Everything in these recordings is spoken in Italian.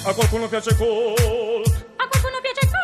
A qualcuno piace Colt. A qualcuno piace Colt.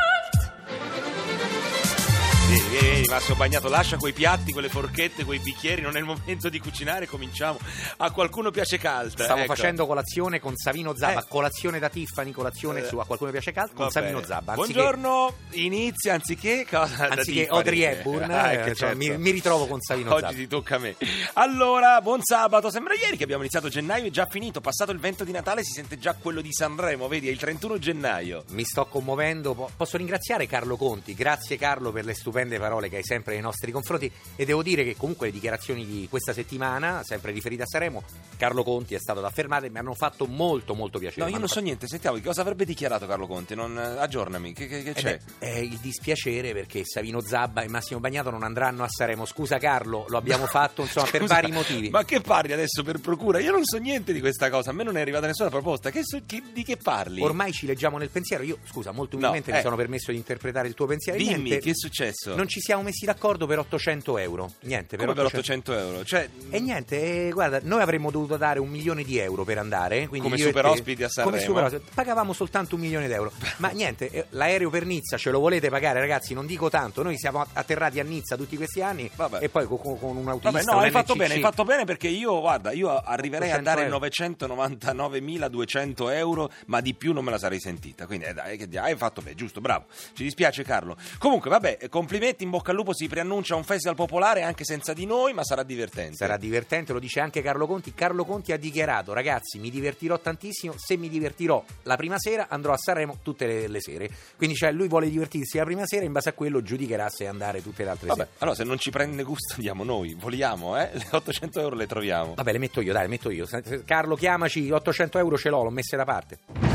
Vieni, Massimo Bagnato, lascia quei piatti, quelle forchette, quei bicchieri, non è il momento di cucinare, cominciamo. A qualcuno piace Cult. Stavo ecco. facendo colazione con Savino Zabba, colazione da Tiffany, colazione su A qualcuno piace Cult con Savino Zabba. Buongiorno, inizia anziché cosa? Anziché Audrey Hepburn, certo. mi ritrovo con Savino Zabba. Oggi ti tocca a me. Allora, buon sabato, sembra ieri che abbiamo iniziato gennaio, è già finito, passato il vento di Natale, si sente già quello di Sanremo, vedi, è il 31 gennaio. Mi sto commuovendo, posso ringraziare Carlo Conti, grazie Carlo per le stupende parole che hai sempre nei nostri confronti, e devo dire che comunque le dichiarazioni di questa settimana, sempre riferite a Sanremo, Carlo Conti è stato da affermare, mi hanno fatto molto molto piacere. No, io non so niente, sentiamo, che cosa avrebbe dichiarato Carlo Conti? Aggiornami, che c'è? È il dispiacere perché Savino Zabba e Massimo Bagnato non andranno a Sanremo. Scusa Carlo, lo abbiamo fatto insomma per vari motivi. Ma che parli adesso per procura? Io non so niente di questa cosa, a me non è arrivata nessuna proposta. Di che parli? Ormai ci leggiamo nel pensiero. Io, scusa, molto umilmente mi sono permesso di interpretare il tuo pensiero. Dimmi, niente, che è successo? Non ci siamo messi d'accordo per 800 euro. Niente, per 800 euro? Cioè... E niente, guarda, noi avremmo dovuto dare 1 milione di euro per andare. Quindi come super ospiti a Sanremo. Come super ospiti. Pagavamo soltanto 1 milione d'euro. Ma niente, l'aereo per Nizza ce lo volete pagare, ragazzi? Non dico tanto. Noi siamo atterrati a Nizza tutti questi anni. Vabbè. E poi con un autoista. Vabbè, no, hai fatto bene perché io arriverei a dare euro. 999.200 euro, ma di più non me la sarei sentita. Quindi hai fatto bene, giusto, bravo. Ci dispiace Carlo. Comunque, vabbè, complimenti, in bocca al lupo, si preannuncia un festival popolare anche senza di noi, ma sarà divertente. Sarà divertente, lo dice anche Carlo Conti. Carlo Conti ha dichiarato: ragazzi, mi divertirò tantissimo, se mi divertirò la prima sera andrò a Sanremo tutte le sere. Quindi lui vuole divertirsi la prima sera, in base a quello giudicherà se andare tutte le altre sere. Allora se non ci prende gusto andiamo noi, voliamo, le 800 euro le troviamo. Vabbè, le metto io. Carlo, chiamaci, 800 euro ce l'ho messe da parte.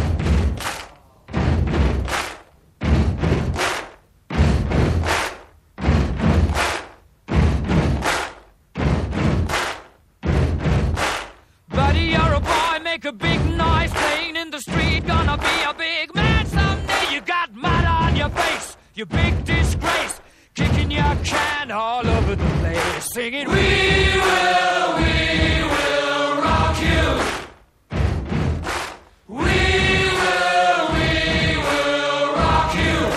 Buddy, you're a boy, make a big noise playing in the street, gonna be a big man someday. You got mud on your face, you big disgrace, kicking your can all over the place, singing, we will rock you. We will rock you.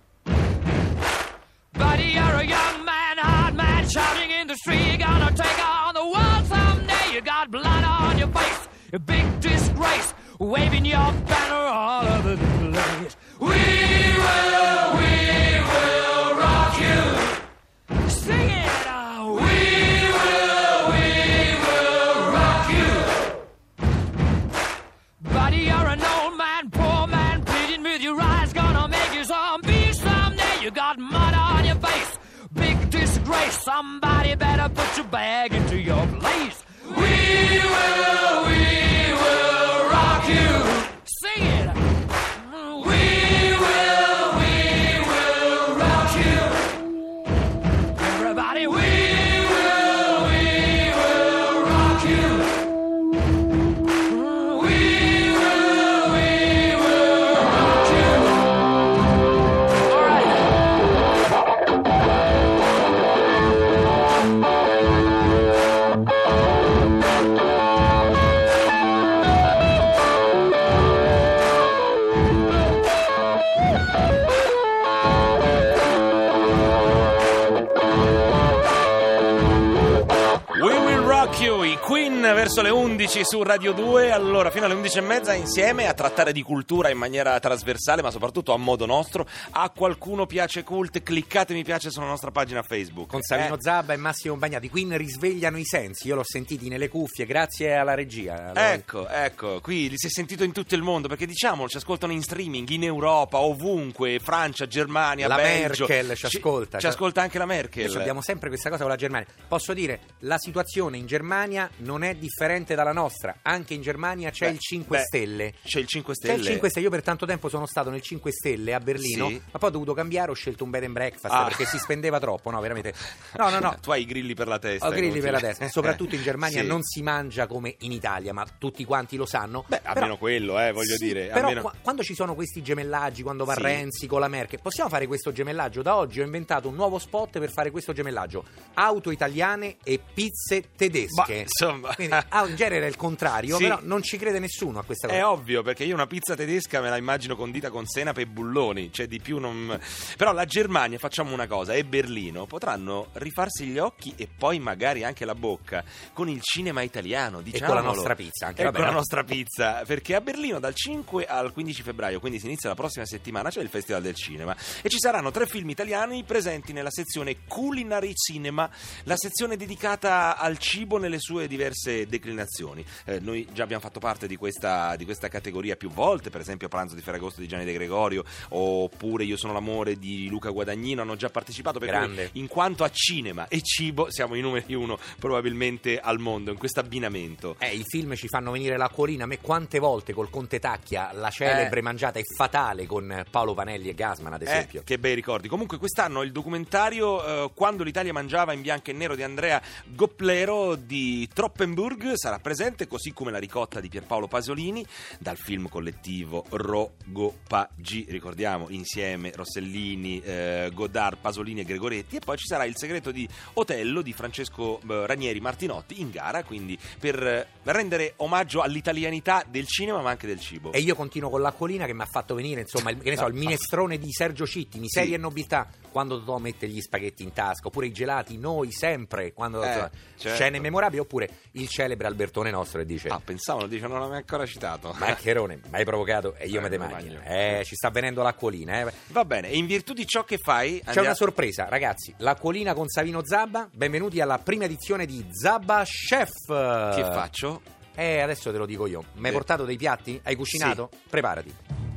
Buddy, you're a young man, hard man, shouting in the street, gonna take on the world someday. You got blood on your face, a big disgrace, waving your banner all over the place. We will rock you. Sing it! We will rock you. Buddy, you're an old man, poor man, pleading with your eyes, gonna make you zombie someday. You got mud on your face, big disgrace, somebody better put your bag into your place. We will rock you. Sing it. We will rock you. Everybody, we will rock you. We will rock you. All right. I Queen verso le 11 su Radio 2. Allora, fino alle 11:30 insieme a trattare di cultura in maniera trasversale, ma soprattutto a modo nostro. A qualcuno piace Cult, cliccate mi piace sulla nostra pagina Facebook. Con Savino Zabba e Massimo Bagnati. I Queen risvegliano i sensi. Io l'ho sentiti nelle cuffie grazie alla regia. Ecco, qui li si è sentito in tutto il mondo, perché diciamo ci ascoltano in streaming in Europa, ovunque, Francia, Germania, la Belgio. Merkel ci ascolta. Ci ascolta anche la Merkel. Noi abbiamo sempre questa cosa con la Germania. Posso dire, la situazione in Germania non è differente dalla nostra. Anche in Germania c'è il 5 Stelle. C'è il 5 Stelle. C'è il 5 Stelle. Io per tanto tempo sono stato nel 5 Stelle a Berlino, sì. ma poi ho dovuto cambiare, ho scelto un bed and breakfast perché si spendeva troppo, no, veramente. No. Tu hai i grilli per la testa. Ho grilli per la testa. Soprattutto in Germania sì. non si mangia come in Italia, ma tutti quanti lo sanno. Almeno quello, voglio dire. Però almeno... quando ci sono questi gemellaggi, quando va sì. Renzi con la Merkel, possiamo fare questo gemellaggio? Da oggi ho inventato un nuovo spot per fare questo gemellaggio: auto italiane e pizze tedesche. insomma. Quindi, in genere è il contrario, Sì. però non ci crede nessuno a questa cosa. È ovvio, perché io una pizza tedesca me la immagino condita con senape e bulloni, cioè di più non... Però la Germania, facciamo una cosa, e Berlino potranno rifarsi gli occhi e poi magari anche la bocca con il cinema italiano, E diciamolo. con la nostra pizza anche, E vabbè, con la no? nostra pizza, perché a Berlino dal 5 al 15 febbraio, quindi si inizia la prossima settimana, c'è il Festival del Cinema e ci saranno 3 film italiani presenti nella sezione Culinary Cinema, la sezione dedicata al cibo nelle sue diverse declinazioni. Noi già abbiamo fatto parte di questa categoria più volte, per esempio Pranzo di Ferragosto di Gianni De Gregorio, oppure Io sono l'amore di Luca Guadagnino, hanno già partecipato, per Grande. cui in quanto a cinema e cibo siamo i numeri 1 probabilmente al mondo in questo abbinamento. I film ci fanno venire l'acquolina. A me quante volte col Conte Tacchia la celebre mangiata è fatale con Paolo Vanelli e Gassman, ad esempio. Che bei ricordi. Comunque quest'anno il documentario Quando l'Italia mangiava in bianco e nero di Andrea Gopplero di Troppenburg sarà presente, così come La ricotta di Pierpaolo Pasolini, dal film collettivo Rogopagi, ricordiamo insieme Rossellini, Godard, Pasolini e Gregoretti, e poi ci sarà Il segreto di Otello di Francesco Ranieri Martinotti in gara, quindi per rendere omaggio all'italianità del cinema ma anche del cibo. E io continuo con l'acquolina che mi ha fatto venire, insomma, il minestrone di Sergio Citti, Miseria Sì. e nobiltà, quando Totò mette gli spaghetti in tasca, oppure i gelati, noi sempre, quando insomma, certo. scene memorabili, oppure il celebre Albertone Nostro che dice Pensavo, non l'avevi ancora citato. Maccherone, mi hai provocato e io me te mangio. Ci sta venendo l'acquolina. Va bene, e in virtù di ciò che fai C'è una sorpresa, ragazzi, l'acquolina con Savino Zabba, benvenuti alla prima edizione di Zabba Chef. Che faccio? Adesso te lo dico io. Mi hai portato dei piatti? Hai cucinato? Preparati.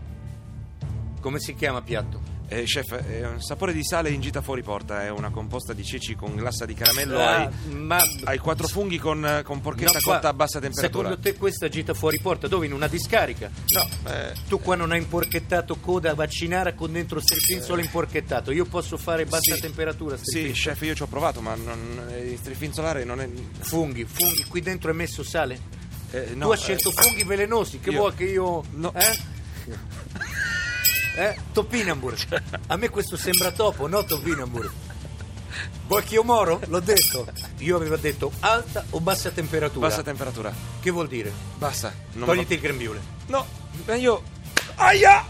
Come si chiama piatto? Chef, è un sapore di sale in gita fuori porta, è una composta di ceci con glassa di caramello, hai 4 funghi con porchetta cotta a bassa temperatura. Secondo te questa gita fuori porta dove? In una discarica? No, Tu qua non hai imporchettato coda vaccinara con dentro strifinzolo imporchettato. Io posso fare bassa Sì. temperatura sì, chef, io ci ho provato, ma strifinzolare non è... Funghi, qui dentro è messo sale? no, Tu hai scelto funghi velenosi, che io- vuoi che io... No. Topinambur. A me questo sembra topo, no Topinambur. Vuoi che io moro? L'ho detto. Io avevo detto alta o bassa temperatura. Bassa temperatura. Che vuol dire? Basta. Non Togliti il grembiule. No, io... Aia!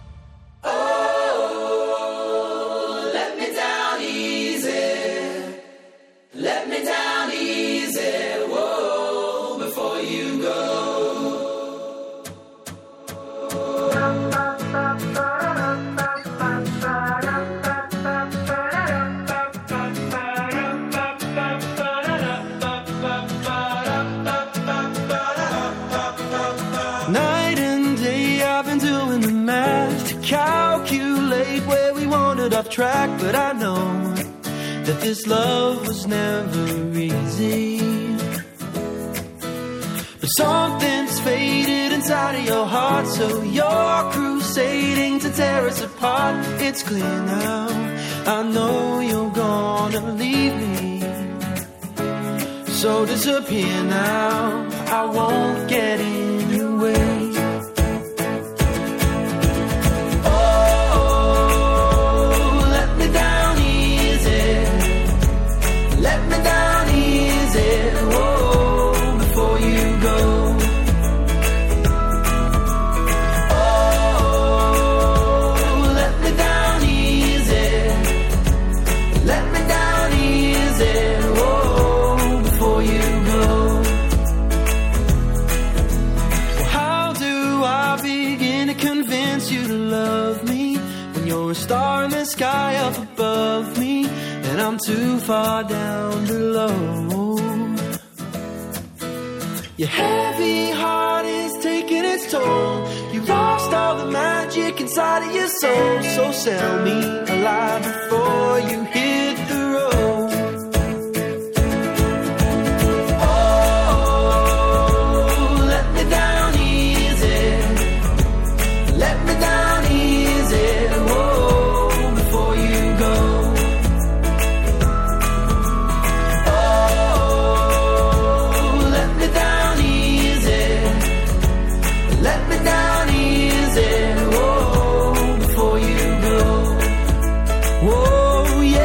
Night and day I've been doing the math to calculate where we wandered off track, but I know that this love was never easy. But something's faded inside of your heart, so you're crusading to tear us apart. It's clear now, I know you're gonna leave me. So disappear now, I won't get in your way. Oh, let me down easy. Let me down easy. Oh, before you go. Oh, let me down easy. Let me down easy. Oh, before you go. How do I begin to convince you to love me when you're a star in the sky up above me and I'm too far down below? Your heavy heart is taking its toll. You lost all the magic inside of your soul. So sell me alive before you hit the road. Oh, let me down easy. Let me down easy. Oh, before you go. Oh, let me down easy. Let me down easy. Oh, before you go. Oh, yeah.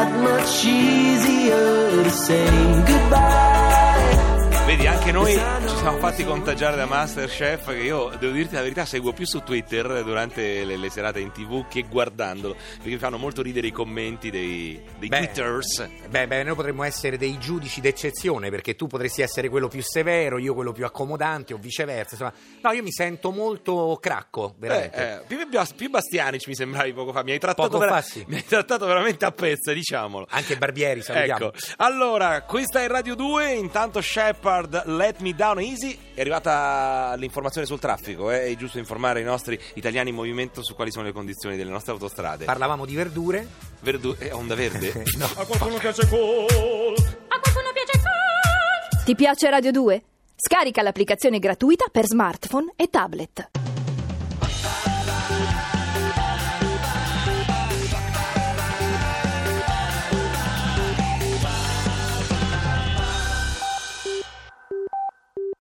not much easier to say goodbye. Vedi, anche noi ci siamo fatti contagiare da Masterchef, che io, devo dirti la verità, seguo più su Twitter durante le serate in TV che guardandolo, perché mi fanno molto ridere i commenti dei Twitters. Noi potremmo essere dei giudici d'eccezione, perché tu potresti essere quello più severo, io quello più accomodante o viceversa. Insomma, no, io mi sento molto cracco, veramente. Più Bastianic mi sembravi poco fa, mi hai trattato, sì. mi hai trattato veramente a pezza, diciamolo. Anche Barbieri, salutiamo. Ecco, allora, questa è Radio 2, intanto Shepard, Let Me Down Easy. È arrivata l'informazione sul traffico, è giusto informare i nostri italiani in movimento su quali sono le condizioni delle nostre autostrade. Parlavamo di verdure. Onda verde? No. A qualcuno piace Colt. Ti piace Radio 2? Scarica l'applicazione gratuita per smartphone e tablet.